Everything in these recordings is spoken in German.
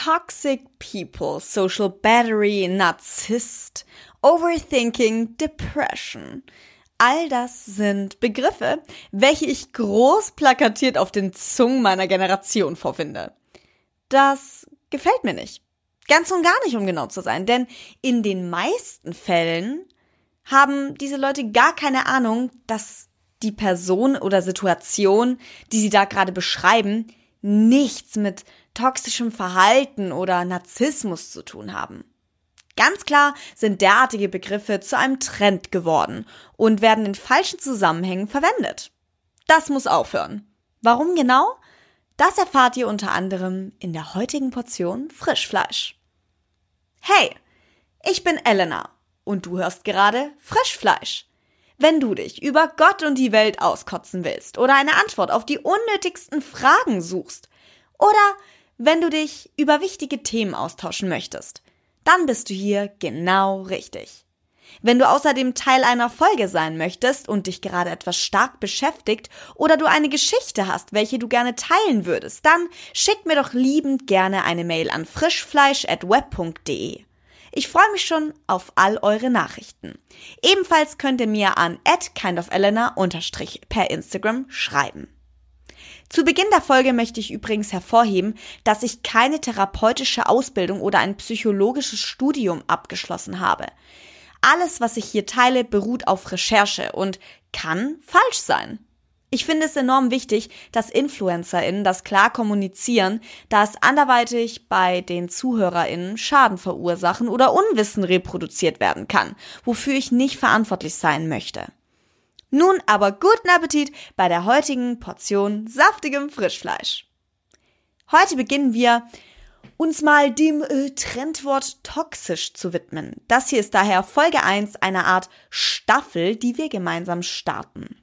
Toxic People, Social Battery, Narzisst, Overthinking, Depression. All das sind Begriffe, welche ich groß plakatiert auf den Zungen meiner Generation vorfinde. Das gefällt mir nicht. Ganz und gar nicht, um genau zu sein, denn in den meisten Fällen haben diese Leute gar keine Ahnung, dass die Person oder Situation, die sie da gerade beschreiben, nichts mit toxischem Verhalten oder Narzissmus zu tun haben. Ganz klar sind derartige Begriffe zu einem Trend geworden und werden in falschen Zusammenhängen verwendet. Das muss aufhören. Warum genau? Das erfahrt ihr unter anderem in der heutigen Portion Frischfleisch. Hey, ich bin Elena und du hörst gerade Frischfleisch. Wenn du dich über Gott und die Welt auskotzen willst oder eine Antwort auf die unnötigsten Fragen suchst oder wenn du dich über wichtige Themen austauschen möchtest, dann bist du hier genau richtig. Wenn du außerdem Teil einer Folge sein möchtest und dich gerade etwas stark beschäftigt oder du eine Geschichte hast, welche du gerne teilen würdest, dann schick mir doch liebend gerne eine Mail an frischfleisch@web.de. Ich freue mich schon auf all eure Nachrichten. Ebenfalls könnt ihr mir an @kindofelena_ per Instagram schreiben. Zu Beginn der Folge möchte ich übrigens hervorheben, dass ich keine therapeutische Ausbildung oder ein psychologisches Studium abgeschlossen habe. Alles, was ich hier teile, beruht auf Recherche und kann falsch sein. Ich finde es enorm wichtig, dass InfluencerInnen das klar kommunizieren, da es anderweitig bei den ZuhörerInnen Schaden verursachen oder Unwissen reproduziert werden kann, wofür ich nicht verantwortlich sein möchte. Nun aber guten Appetit bei der heutigen Portion saftigem Frischfleisch. Heute beginnen wir uns mal dem Trendwort toxisch zu widmen. Das hier ist daher Folge 1 einer Art Staffel, die wir gemeinsam starten.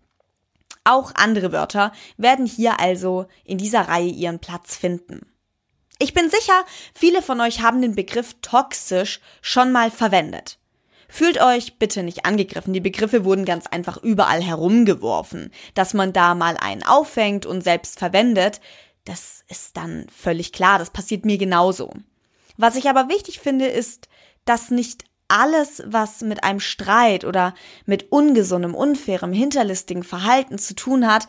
Auch andere Wörter werden hier also in dieser Reihe ihren Platz finden. Ich bin sicher, viele von euch haben den Begriff toxisch schon mal verwendet. Fühlt euch bitte nicht angegriffen, die Begriffe wurden ganz einfach überall herumgeworfen. Dass man da mal einen auffängt und selbst verwendet, das ist dann völlig klar, das passiert mir genauso. Was ich aber wichtig finde, ist, dass nicht alles, was mit einem Streit oder mit ungesundem, unfairem, hinterlistigen Verhalten zu tun hat,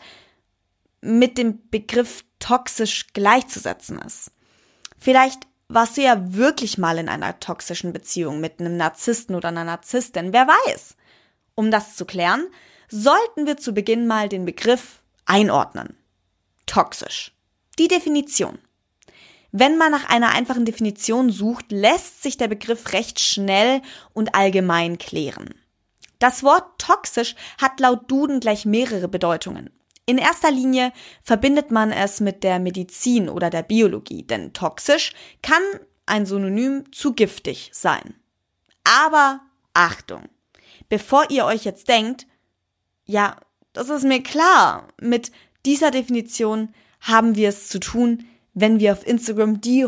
mit dem Begriff toxisch gleichzusetzen ist. Vielleicht warst du ja wirklich mal in einer toxischen Beziehung mit einem Narzissten oder einer Narzisstin, wer weiß. Um das zu klären, sollten wir zu Beginn mal den Begriff einordnen. Toxisch. Die Definition. Wenn man nach einer einfachen Definition sucht, lässt sich der Begriff recht schnell und allgemein klären. Das Wort toxisch hat laut Duden gleich mehrere Bedeutungen. In erster Linie verbindet man es mit der Medizin oder der Biologie, denn toxisch kann ein Synonym zu giftig sein. Aber Achtung, bevor ihr euch jetzt denkt, ja, das ist mir klar, mit dieser Definition haben wir es zu tun, wenn wir auf Instagram die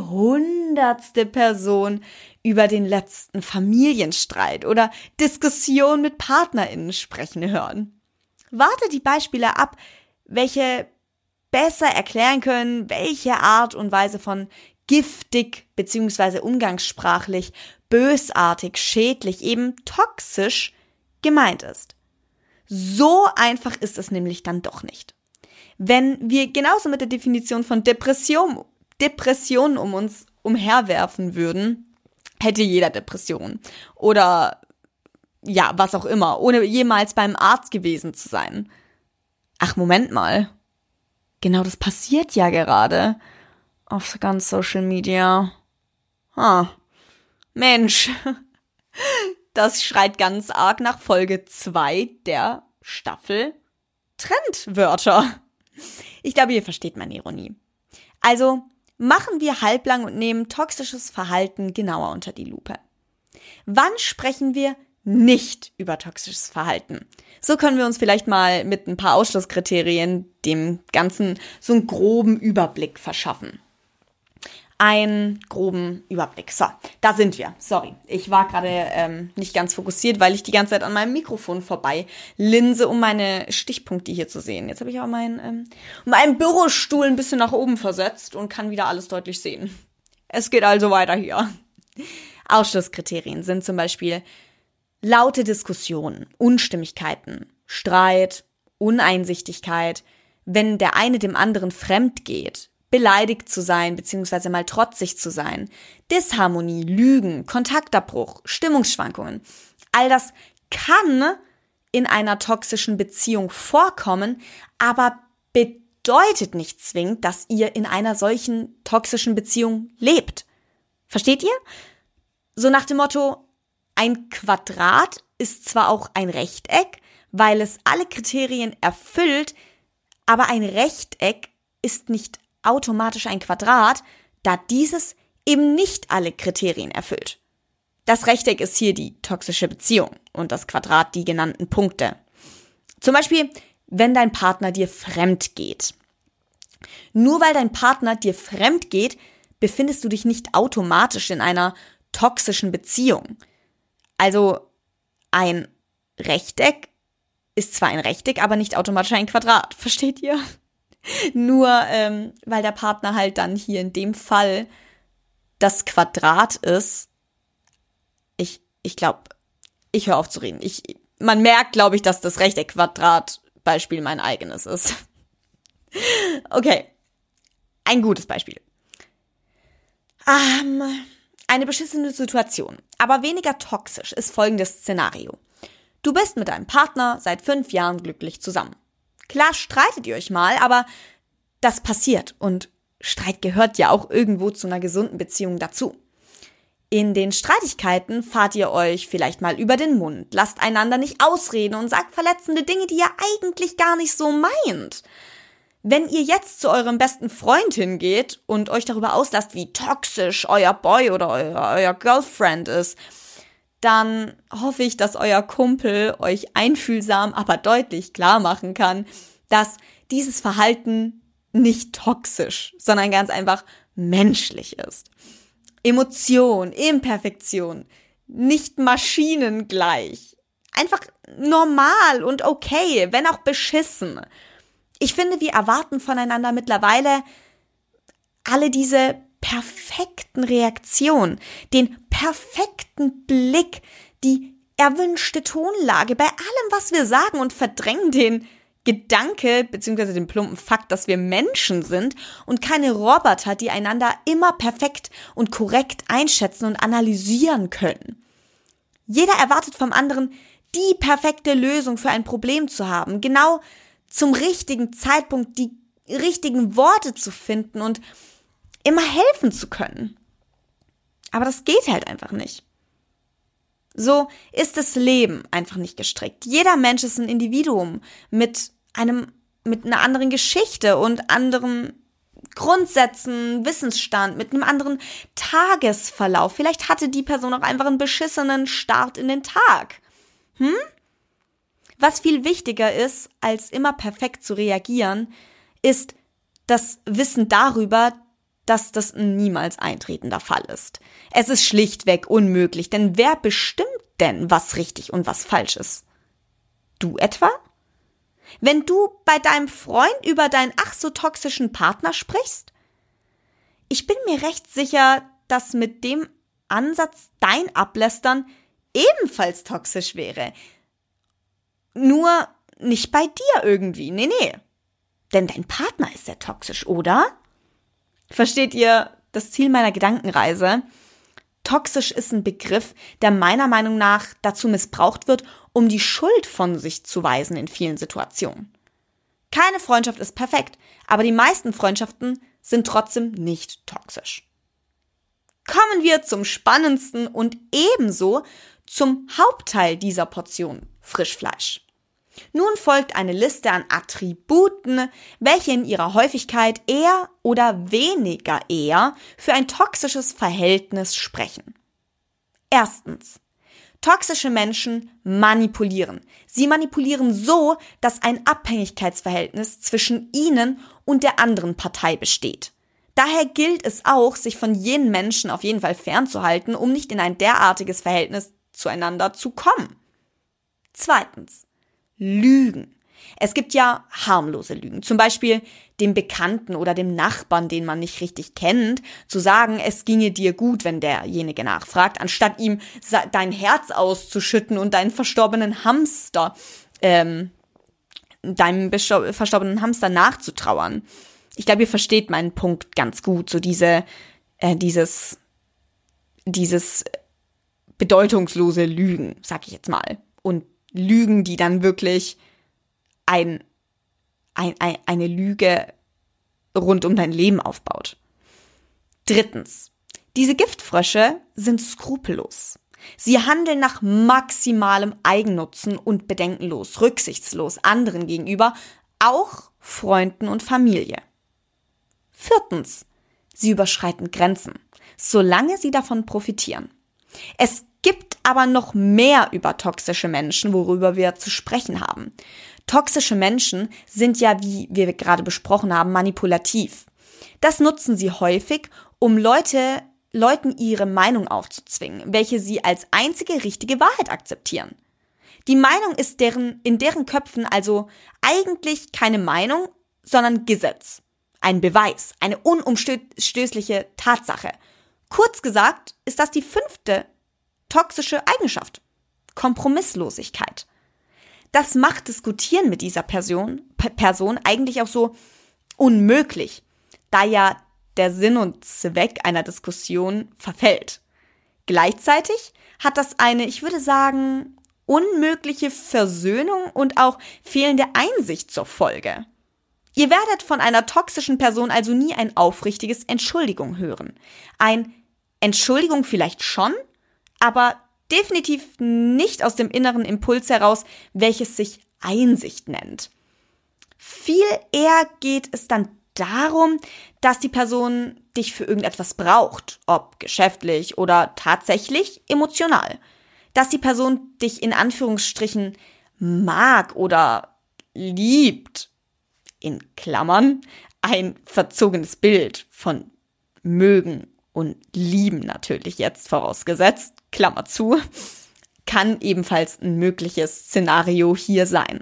100. Person über den letzten Familienstreit oder Diskussion mit PartnerInnen sprechen hören. Warte die Beispiele ab, welche besser erklären können, welche Art und Weise von giftig bzw. umgangssprachlich, bösartig, schädlich, eben toxisch gemeint ist. So einfach ist es nämlich dann doch nicht. Wenn wir genauso mit der Definition von Depression um uns umherwerfen würden, hätte jeder Depression. Oder ja, was auch immer, ohne jemals beim Arzt gewesen zu sein. Ach, Moment mal. Genau das passiert ja gerade auf ganz Social Media. Mensch, das schreit ganz arg nach Folge 2 der Staffel Trendwörter. Ich glaube, ihr versteht meine Ironie. Also machen wir halblang und nehmen toxisches Verhalten genauer unter die Lupe. Wann sprechen wir nicht über toxisches Verhalten? So können wir uns vielleicht mal mit ein paar Ausschlusskriterien dem Ganzen so einen groben Überblick verschaffen. Einen groben Überblick. So, da sind wir. Sorry, ich war gerade nicht ganz fokussiert, weil ich die ganze Zeit an meinem Mikrofon vorbei linse, um meine Stichpunkte hier zu sehen. Jetzt habe ich aber meinen Bürostuhl ein bisschen nach oben versetzt und kann wieder alles deutlich sehen. Es geht also weiter hier. Ausschlusskriterien sind zum Beispiel laute Diskussionen, Unstimmigkeiten, Streit, Uneinsichtigkeit, wenn der eine dem anderen fremd geht, beleidigt zu sein bzw. mal trotzig zu sein, Disharmonie, Lügen, Kontaktabbruch, Stimmungsschwankungen. All das kann in einer toxischen Beziehung vorkommen, aber bedeutet nicht zwingend, dass ihr in einer solchen toxischen Beziehung lebt. Versteht ihr? So nach dem Motto, ein Quadrat ist zwar auch ein Rechteck, weil es alle Kriterien erfüllt, aber ein Rechteck ist nicht automatisch ein Quadrat, da dieses eben nicht alle Kriterien erfüllt. Das Rechteck ist hier die toxische Beziehung und das Quadrat die genannten Punkte. Zum Beispiel, wenn dein Partner dir fremd geht. Nur weil dein Partner dir fremd geht, befindest du dich nicht automatisch in einer toxischen Beziehung. Also ein Rechteck ist zwar ein Rechteck, aber nicht automatisch ein Quadrat. Versteht ihr? Nur weil der Partner halt dann hier in dem Fall das Quadrat ist. Ich glaube, ich höre auf zu reden. Man merkt, glaube ich, dass das Rechteck-Quadrat-Beispiel mein eigenes ist. Okay, ein gutes Beispiel. Eine beschissene Situation, aber weniger toxisch ist folgendes Szenario. Du bist mit deinem Partner seit 5 Jahren glücklich zusammen. Klar streitet ihr euch mal, aber das passiert und Streit gehört ja auch irgendwo zu einer gesunden Beziehung dazu. In den Streitigkeiten fahrt ihr euch vielleicht mal über den Mund, lasst einander nicht ausreden und sagt verletzende Dinge, die ihr eigentlich gar nicht so meint. Wenn ihr jetzt zu eurem besten Freund hingeht und euch darüber auslasst, wie toxisch euer Boy oder euer Girlfriend ist, dann hoffe ich, dass euer Kumpel euch einfühlsam, aber deutlich klar machen kann, dass dieses Verhalten nicht toxisch, sondern ganz einfach menschlich ist. Emotion, Imperfektion, nicht maschinengleich. Einfach normal und okay, wenn auch beschissen. Ich finde, wir erwarten voneinander mittlerweile alle diese perfekten Reaktionen, den perfekten Blick, die erwünschte Tonlage bei allem, was wir sagen und verdrängen den Gedanke bzw. den plumpen Fakt, dass wir Menschen sind und keine Roboter, die einander immer perfekt und korrekt einschätzen und analysieren können. Jeder erwartet vom anderen, die perfekte Lösung für ein Problem zu haben, genau zum richtigen Zeitpunkt die richtigen Worte zu finden und immer helfen zu können. Aber das geht halt einfach nicht. So ist das Leben einfach nicht gestrickt. Jeder Mensch ist ein Individuum mit einer anderen Geschichte und anderen Grundsätzen, Wissensstand, mit einem anderen Tagesverlauf. Vielleicht hatte die Person auch einfach einen beschissenen Start in den Tag. Was viel wichtiger ist, als immer perfekt zu reagieren, ist das Wissen darüber, dass das ein niemals eintretender Fall ist. Es ist schlichtweg unmöglich, denn wer bestimmt denn, was richtig und was falsch ist? Du etwa? Wenn du bei deinem Freund über deinen ach so toxischen Partner sprichst? Ich bin mir recht sicher, dass mit dem Ansatz dein Ablästern ebenfalls toxisch wäre. Nur nicht bei dir irgendwie, nee. Denn dein Partner ist sehr toxisch, oder? Versteht ihr das Ziel meiner Gedankenreise? Toxisch ist ein Begriff, der meiner Meinung nach dazu missbraucht wird, um die Schuld von sich zu weisen in vielen Situationen. Keine Freundschaft ist perfekt, aber die meisten Freundschaften sind trotzdem nicht toxisch. Kommen wir zum spannendsten und ebenso zum Hauptteil dieser Portion Frischfleisch. Nun folgt eine Liste an Attributen, welche in ihrer Häufigkeit eher oder weniger eher für ein toxisches Verhältnis sprechen. Erstens. Toxische Menschen manipulieren. Sie manipulieren so, dass ein Abhängigkeitsverhältnis zwischen ihnen und der anderen Partei besteht. Daher gilt es auch, sich von jenen Menschen auf jeden Fall fernzuhalten, um nicht in ein derartiges Verhältnis zueinander zu kommen. Zweitens. Lügen. Es gibt ja harmlose Lügen, zum Beispiel dem Bekannten oder dem Nachbarn, den man nicht richtig kennt, zu sagen, es ginge dir gut, wenn derjenige nachfragt, anstatt ihm dein Herz auszuschütten und deinen verstorbenen Hamster, deinem verstorbenen Hamster nachzutrauern. Ich glaube, ihr versteht meinen Punkt ganz gut, so dieses bedeutungslose Lügen, sag ich jetzt mal. Und Lügen, die dann wirklich eine Lüge rund um dein Leben aufbaut. 3. Diese Giftfrösche sind skrupellos. Sie handeln nach maximalem Eigennutzen und bedenkenlos, rücksichtslos anderen gegenüber, auch Freunden und Familie. 4. Sie überschreiten Grenzen, solange sie davon profitieren. Es gibt aber noch mehr über toxische Menschen, worüber wir zu sprechen haben. Toxische Menschen sind ja, wie wir gerade besprochen haben, manipulativ. Das nutzen sie häufig, um Leuten ihre Meinung aufzuzwingen, welche sie als einzige richtige Wahrheit akzeptieren. Die Meinung ist in deren Köpfen also eigentlich keine Meinung, sondern Gesetz. Ein Beweis, eine unumstößliche Tatsache. Kurz gesagt ist das die 5. toxische Eigenschaft. Kompromisslosigkeit. Das macht Diskutieren mit dieser Person eigentlich auch so unmöglich, da ja der Sinn und Zweck einer Diskussion verfällt. Gleichzeitig hat das eine, ich würde sagen, unmögliche Versöhnung und auch fehlende Einsicht zur Folge. Ihr werdet von einer toxischen Person also nie ein aufrichtiges Entschuldigung hören. Ein Entschuldigung vielleicht schon, aber definitiv nicht aus dem inneren Impuls heraus, welches sich Einsicht nennt. Viel eher geht es dann darum, dass die Person dich für irgendetwas braucht, ob geschäftlich oder tatsächlich emotional. Dass die Person dich in Anführungsstrichen mag oder liebt, in Klammern, ein verzogenes Bild von mögen und lieben natürlich jetzt vorausgesetzt, Klammer zu, kann ebenfalls ein mögliches Szenario hier sein.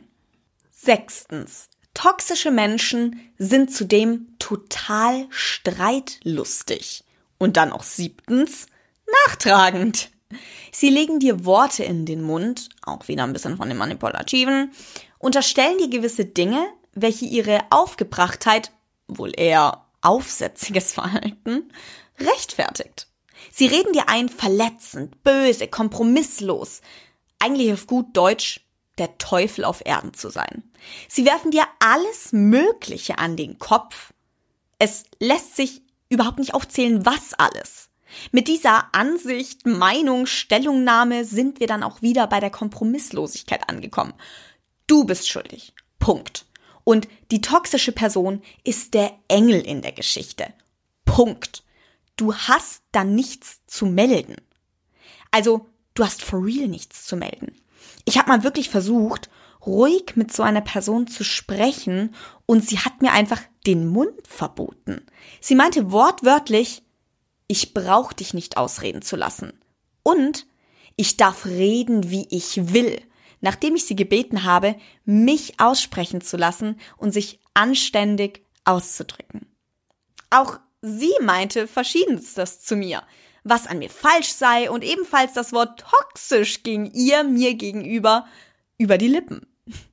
6. Toxische Menschen sind zudem total streitlustig. Und dann auch 7. nachtragend. Sie legen dir Worte in den Mund, auch wieder ein bisschen von dem Manipulativen, unterstellen dir gewisse Dinge, welche ihre Aufgebrachtheit, wohl eher aufsätziges Verhalten, rechtfertigt. Sie reden dir ein, verletzend, böse, kompromisslos, eigentlich auf gut Deutsch, der Teufel auf Erden zu sein. Sie werfen dir alles Mögliche an den Kopf. Es lässt sich überhaupt nicht aufzählen, was alles. Mit dieser Ansicht, Meinung, Stellungnahme sind wir dann auch wieder bei der Kompromisslosigkeit angekommen. Du bist schuldig. Punkt. Und die toxische Person ist der Engel in der Geschichte. Punkt. Du hast da nichts zu melden. Also, du hast for real nichts zu melden. Ich habe mal wirklich versucht, ruhig mit so einer Person zu sprechen und sie hat mir einfach den Mund verboten. Sie meinte wortwörtlich, ich brauche dich nicht ausreden zu lassen. Und ich darf reden, wie ich will, nachdem ich sie gebeten habe, mich aussprechen zu lassen und sich anständig auszudrücken. Auch sie meinte Verschiedenstes zu mir, was an mir falsch sei und ebenfalls das Wort toxisch ging ihr mir gegenüber über die Lippen.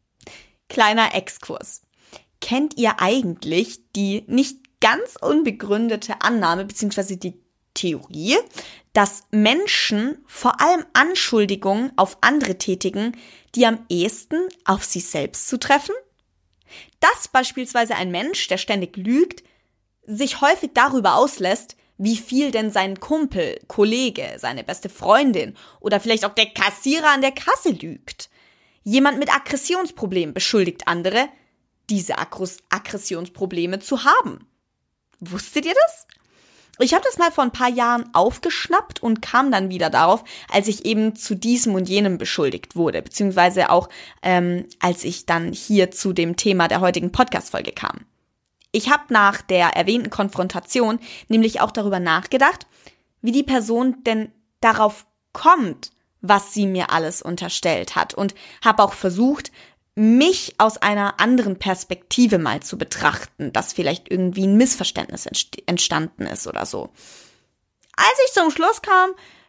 Kleiner Exkurs. Kennt ihr eigentlich die nicht ganz unbegründete Annahme bzw. die Theorie, dass Menschen vor allem Anschuldigungen auf andere tätigen, die am ehesten auf sie selbst zutreffen? Dass beispielsweise ein Mensch, der ständig lügt, sich häufig darüber auslässt, wie viel denn sein Kumpel, Kollege, seine beste Freundin oder vielleicht auch der Kassierer an der Kasse lügt. Jemand mit Aggressionsproblemen beschuldigt andere, diese Aggressionsprobleme zu haben. Wusstet ihr das? Ich habe das mal vor ein paar Jahren aufgeschnappt und kam dann wieder darauf, als ich eben zu diesem und jenem beschuldigt wurde, beziehungsweise auch als ich dann hier zu dem Thema der heutigen Podcast-Folge kam. Ich habe nach der erwähnten Konfrontation nämlich auch darüber nachgedacht, wie die Person denn darauf kommt, was sie mir alles unterstellt hat und habe auch versucht, mich aus einer anderen Perspektive mal zu betrachten, dass vielleicht irgendwie ein Missverständnis entstanden ist oder so. Als ich zum Schluss kam,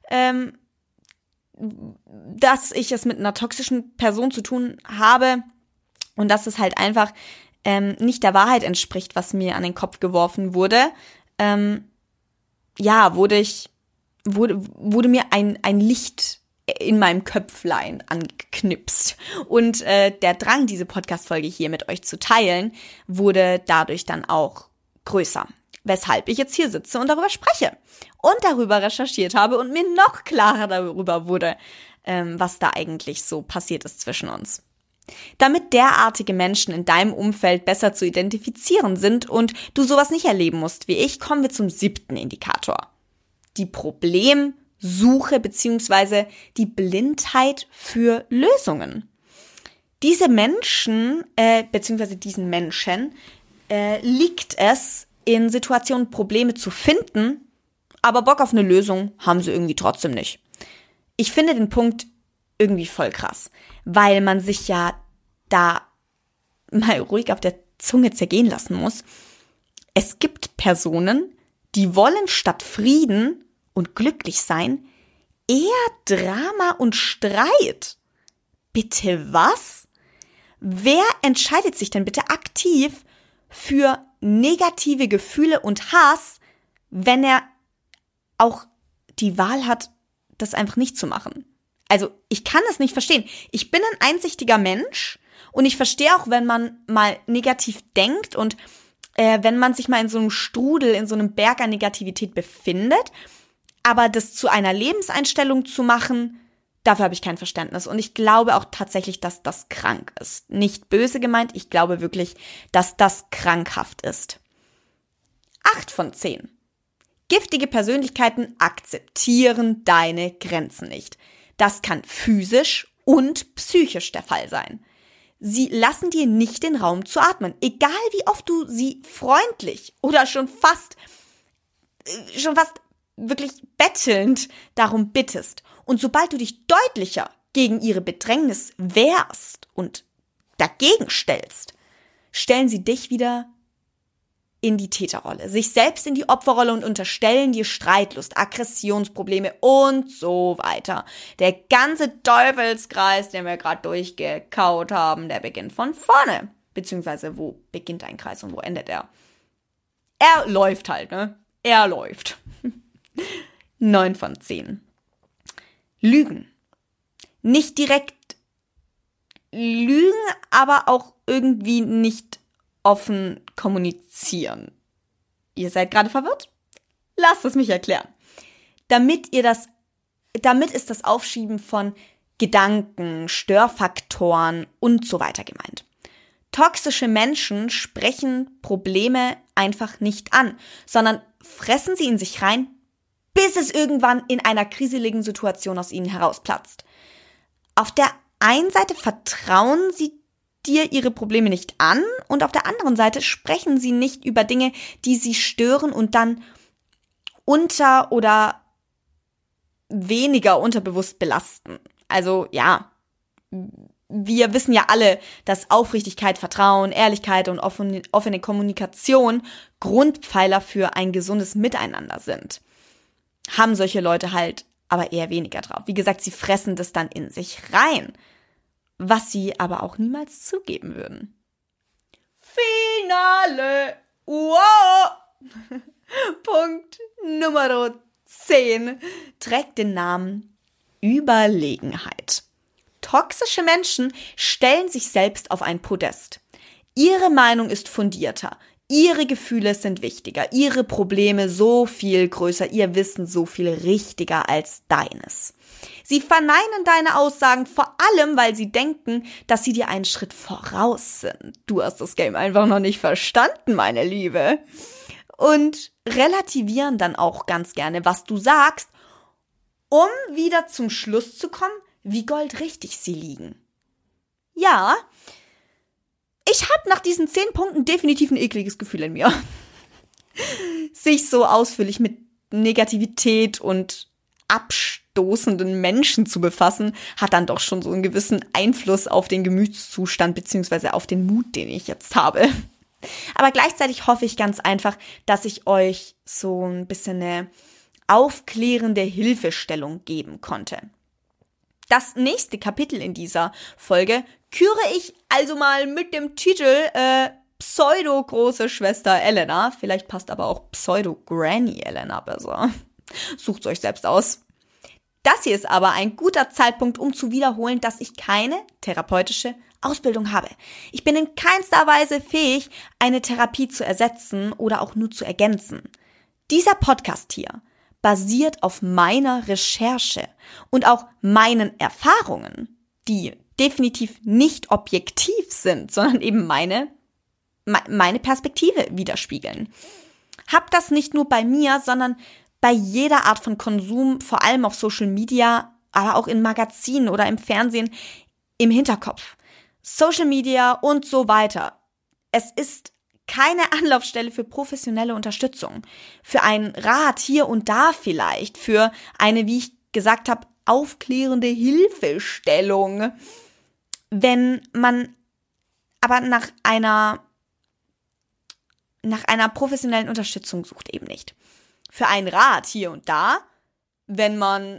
dass ich es mit einer toxischen Person zu tun habe und dass es halt einfach nicht der Wahrheit entspricht, was mir an den Kopf geworfen wurde, wurde mir ein Licht in meinem Köpflein angeknipst. Und der Drang, diese Podcast-Folge hier mit euch zu teilen, wurde dadurch dann auch größer. Weshalb ich jetzt hier sitze und darüber spreche und darüber recherchiert habe und mir noch klarer darüber wurde, was da eigentlich so passiert ist zwischen uns. Damit derartige Menschen in deinem Umfeld besser zu identifizieren sind und du sowas nicht erleben musst wie ich, kommen wir zum 7. Indikator. Die Problemsuche bzw. die Blindheit für Lösungen. Diese Menschen, bzw. diesen Menschen, liegt es, in Situationen Probleme zu finden, aber Bock auf eine Lösung haben sie irgendwie trotzdem nicht. Ich finde den Punkt irgendwie voll krass, weil man sich ja da mal ruhig auf der Zunge zergehen lassen muss. Es gibt Personen, die wollen statt Frieden und glücklich sein eher Drama und Streit. Bitte was? Wer entscheidet sich denn bitte aktiv für negative Gefühle und Hass, wenn er auch die Wahl hat, das einfach nicht zu machen? Also ich kann es nicht verstehen. Ich bin ein einsichtiger Mensch und ich verstehe auch, wenn man mal negativ denkt und wenn man sich mal in so einem Strudel, in so einem Berg an Negativität befindet. Aber das zu einer Lebenseinstellung zu machen, dafür habe ich kein Verständnis. Und ich glaube auch tatsächlich, dass das krank ist. Nicht böse gemeint, ich glaube wirklich, dass das krankhaft ist. 8 von 10. Giftige Persönlichkeiten akzeptieren deine Grenzen nicht. Das kann physisch und psychisch der Fall sein. Sie lassen dir nicht den Raum zu atmen, egal wie oft du sie freundlich oder schon fast wirklich bettelnd darum bittest. Und sobald du dich deutlicher gegen ihre Bedrängnis wehrst und dagegen stellst, stellen sie dich wieder in die Täterrolle, sich selbst in die Opferrolle und unterstellen dir Streitlust, Aggressionsprobleme und so weiter. Der ganze Teufelskreis, den wir gerade durchgekaut haben, der beginnt von vorne. Beziehungsweise, wo beginnt ein Kreis und wo endet er? Er läuft halt, ne? Er läuft. 9 von 10. Lügen. Nicht direkt lügen, aber auch irgendwie nicht offen kommunizieren. Ihr seid gerade verwirrt? Lasst es mich erklären. Damit ist das Aufschieben von Gedanken, Störfaktoren und so weiter gemeint. Toxische Menschen sprechen Probleme einfach nicht an, sondern fressen sie in sich rein, bis es irgendwann in einer kriseligen Situation aus ihnen herausplatzt. Auf der einen Seite vertrauen sie dir ihre Probleme nicht an und auf der anderen Seite sprechen sie nicht über Dinge, die sie stören und dann unter- oder weniger unterbewusst belasten. Also ja, wir wissen ja alle, dass Aufrichtigkeit, Vertrauen, Ehrlichkeit und offene Kommunikation Grundpfeiler für ein gesundes Miteinander sind. Haben solche Leute halt aber eher weniger drauf. Wie gesagt, sie fressen das dann in sich rein, was sie aber auch niemals zugeben würden. Finale! Wow! Punkt Nummer 10 trägt den Namen Überlegenheit. Toxische Menschen stellen sich selbst auf ein Podest. Ihre Meinung ist fundierter, ihre Gefühle sind wichtiger, ihre Probleme so viel größer, ihr Wissen so viel richtiger als deines. Sie verneinen deine Aussagen vor allem, weil sie denken, dass sie dir einen Schritt voraus sind. Du hast das Game einfach noch nicht verstanden, meine Liebe. Und relativieren dann auch ganz gerne, was du sagst, um wieder zum Schluss zu kommen, wie goldrichtig sie liegen. Ja, ich habe nach diesen 10 Punkten definitiv ein ekliges Gefühl in mir. Sich so ausführlich mit Negativität und abstoßenden Menschen zu befassen, hat dann doch schon so einen gewissen Einfluss auf den Gemütszustand beziehungsweise auf den Mut, den ich jetzt habe. Aber gleichzeitig hoffe ich ganz einfach, dass ich euch so ein bisschen eine aufklärende Hilfestellung geben konnte. Das nächste Kapitel in dieser Folge küre ich also mal mit dem Titel Pseudo-große Schwester Elena. Vielleicht passt aber auch Pseudo-Granny Elena besser. Sucht euch selbst aus. Das hier ist aber ein guter Zeitpunkt, um zu wiederholen, dass ich keine therapeutische Ausbildung habe. Ich bin in keinster Weise fähig, eine Therapie zu ersetzen oder auch nur zu ergänzen. Dieser Podcast hier basiert auf meiner Recherche und auch meinen Erfahrungen, die definitiv nicht objektiv sind, sondern eben meine Perspektive widerspiegeln. Hab das nicht nur bei mir, sondern bei jeder Art von Konsum, vor allem auf Social Media, aber auch in Magazinen oder im Fernsehen, im Hinterkopf. Social Media und so weiter. Es ist keine Anlaufstelle für professionelle Unterstützung, für einen Rat hier und da vielleicht, für eine, wie ich gesagt habe, aufklärende Hilfestellung. Wenn man aber nach einer professionellen Unterstützung sucht, eben nicht. Für einen Rat hier und da, wenn man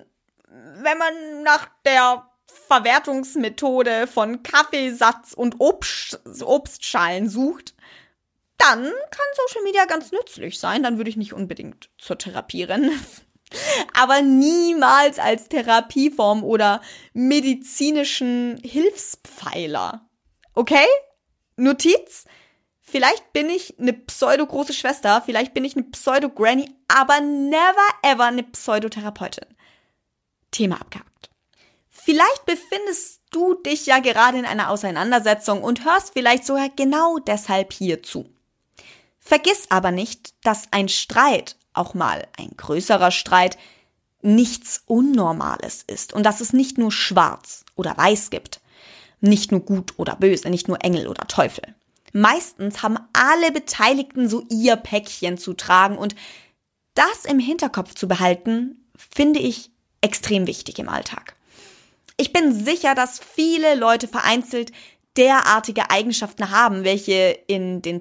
nach der Verwertungsmethode von Kaffeesatz und Obstschalen sucht, dann kann Social Media ganz nützlich sein. Dann würde ich nicht unbedingt zur Therapie rennen. Aber niemals als Therapieform oder medizinischen Hilfspfeiler. Okay? Notiz? Vielleicht bin ich eine pseudo-große Schwester, vielleicht bin ich eine Pseudo-Granny, aber never ever eine Pseudotherapeutin. Thema abgehakt. Vielleicht befindest du dich ja gerade in einer Auseinandersetzung und hörst vielleicht sogar genau deshalb hier zu. Vergiss aber nicht, dass ein Streit, auch mal ein größerer Streit, nichts Unnormales ist und dass es nicht nur schwarz oder weiß gibt, nicht nur gut oder böse, nicht nur Engel oder Teufel. Meistens haben alle Beteiligten so ihr Päckchen zu tragen und das im Hinterkopf zu behalten, finde ich extrem wichtig im Alltag. Ich bin sicher, dass viele Leute vereinzelt derartige Eigenschaften haben, welche ich in den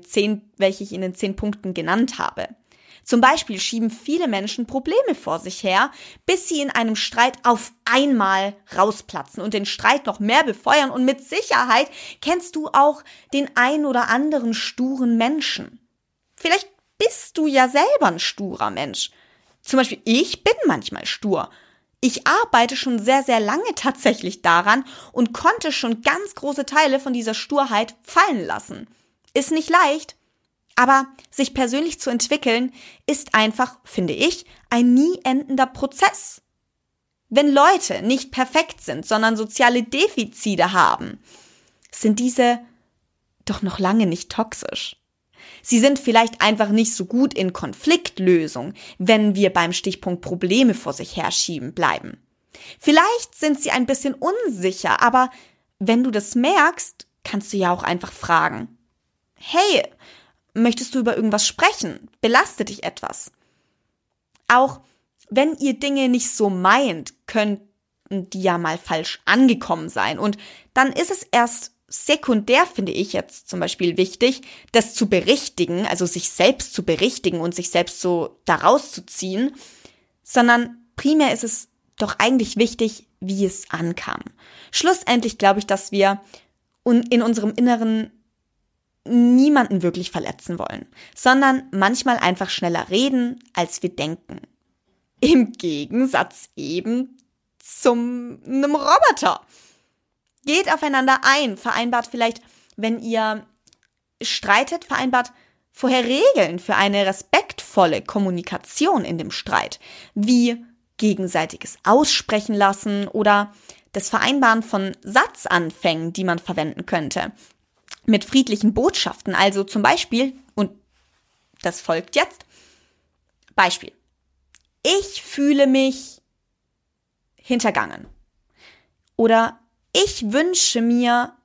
10 Punkten genannt habe. Zum Beispiel schieben viele Menschen Probleme vor sich her, bis sie in einem Streit auf einmal rausplatzen und den Streit noch mehr befeuern. Und mit Sicherheit kennst du auch den ein oder anderen sturen Menschen. Vielleicht bist du ja selber ein sturer Mensch. Zum Beispiel, ich bin manchmal stur. Ich arbeite schon sehr, sehr lange tatsächlich daran und konnte schon ganz große Teile von dieser Sturheit fallen lassen. Ist nicht leicht, aber sich persönlich zu entwickeln, ist einfach, finde ich, ein nie endender Prozess. Wenn Leute nicht perfekt sind, sondern soziale Defizite haben, sind diese doch noch lange nicht toxisch. Sie sind vielleicht einfach nicht so gut in Konfliktlösung, wenn wir beim Stichpunkt Probleme vor sich herschieben bleiben. Vielleicht sind sie ein bisschen unsicher, aber wenn du das merkst, kannst du ja auch einfach fragen: Hey, möchtest du über irgendwas sprechen? Belastet dich etwas? Auch wenn ihr Dinge nicht so meint, könnten die ja mal falsch angekommen sein. Und dann ist es erst sekundär, finde ich jetzt zum Beispiel wichtig, das zu berichtigen, also sich selbst zu berichtigen und sich selbst so daraus zu ziehen, sondern primär ist es doch eigentlich wichtig, wie es ankam. Schlussendlich glaube ich, dass wir in unserem Inneren niemanden wirklich verletzen wollen, sondern manchmal einfach schneller reden, als wir denken. Im Gegensatz eben zum einem Roboter. Geht aufeinander ein, vereinbart vielleicht, wenn ihr streitet, vereinbart vorher Regeln für eine respektvolle Kommunikation in dem Streit, wie gegenseitiges Aussprechen lassen oder das Vereinbaren von Satzanfängen, die man verwenden könnte, mit friedlichen Botschaften, also zum Beispiel, und das folgt jetzt, Beispiel: Ich fühle mich hintergangen. Oder ich wünsche mir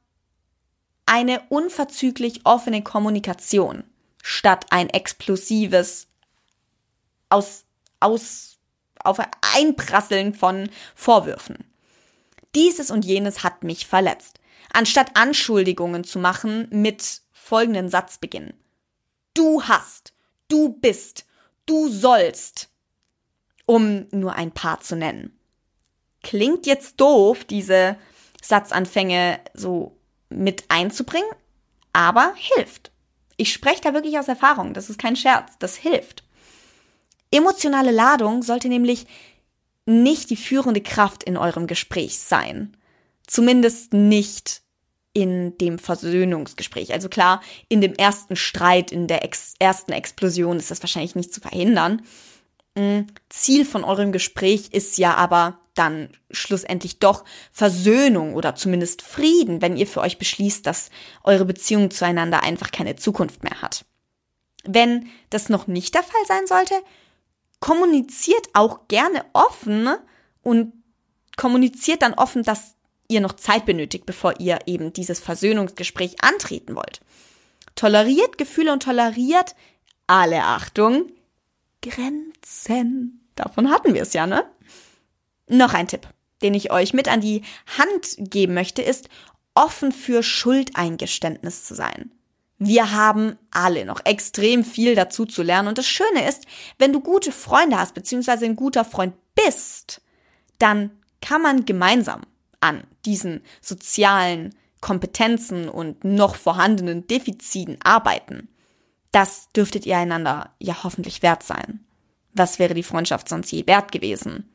eine unverzüglich offene Kommunikation statt ein explosives Einprasseln von Vorwürfen. Dieses und jenes hat mich verletzt. Anstatt Anschuldigungen zu machen mit folgenden Satzbeginn. Du hast, du bist, du sollst, um nur ein paar zu nennen. Klingt jetzt doof, diese Satzanfänge so mit einzubringen, aber hilft. Ich spreche da wirklich aus Erfahrung, das ist kein Scherz, das hilft. Emotionale Ladung sollte nämlich nicht die führende Kraft in eurem Gespräch sein. Zumindest nicht in dem Versöhnungsgespräch. Also klar, in dem ersten Streit, in der ersten Explosion ist das wahrscheinlich nicht zu verhindern. Ziel von eurem Gespräch ist ja aber dann schlussendlich doch Versöhnung oder zumindest Frieden, wenn ihr für euch beschließt, dass eure Beziehung zueinander einfach keine Zukunft mehr hat. Wenn das noch nicht der Fall sein sollte, kommuniziert auch gerne offen und kommuniziert dann offen, dass ihr noch Zeit benötigt, bevor ihr eben dieses Versöhnungsgespräch antreten wollt. Toleriert Gefühle und toleriert, alle Achtung, Grenzen. Davon hatten wir es ja, ne? Noch ein Tipp, den ich euch mit an die Hand geben möchte, ist, offen für Schuldeingeständnis zu sein. Wir haben alle noch extrem viel dazu zu lernen und das Schöne ist, wenn du gute Freunde hast, beziehungsweise ein guter Freund bist, dann kann man gemeinsam an diesen sozialen Kompetenzen und noch vorhandenen Defiziten arbeiten. Das dürftet ihr einander ja hoffentlich wert sein. Was wäre die Freundschaft sonst je wert gewesen?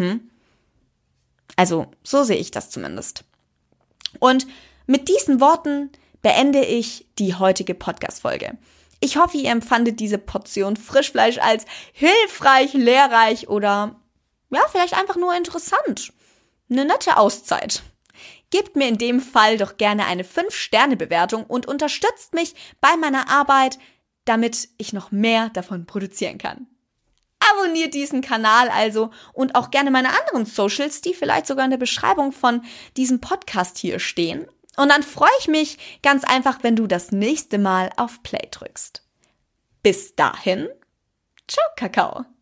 Also, so sehe ich das zumindest. Und mit diesen Worten beende ich die heutige Podcast-Folge. Ich hoffe, ihr empfandet diese Portion Frischfleisch als hilfreich, lehrreich oder ja, vielleicht einfach nur interessant. Eine nette Auszeit. Gebt mir in dem Fall doch gerne eine 5-Sterne-Bewertung und unterstützt mich bei meiner Arbeit, damit ich noch mehr davon produzieren kann. Abonniert diesen Kanal also und auch gerne meine anderen Socials, die vielleicht sogar in der Beschreibung von diesem Podcast hier stehen. Und dann freue ich mich ganz einfach, wenn du das nächste Mal auf Play drückst. Bis dahin, ciao Kakao.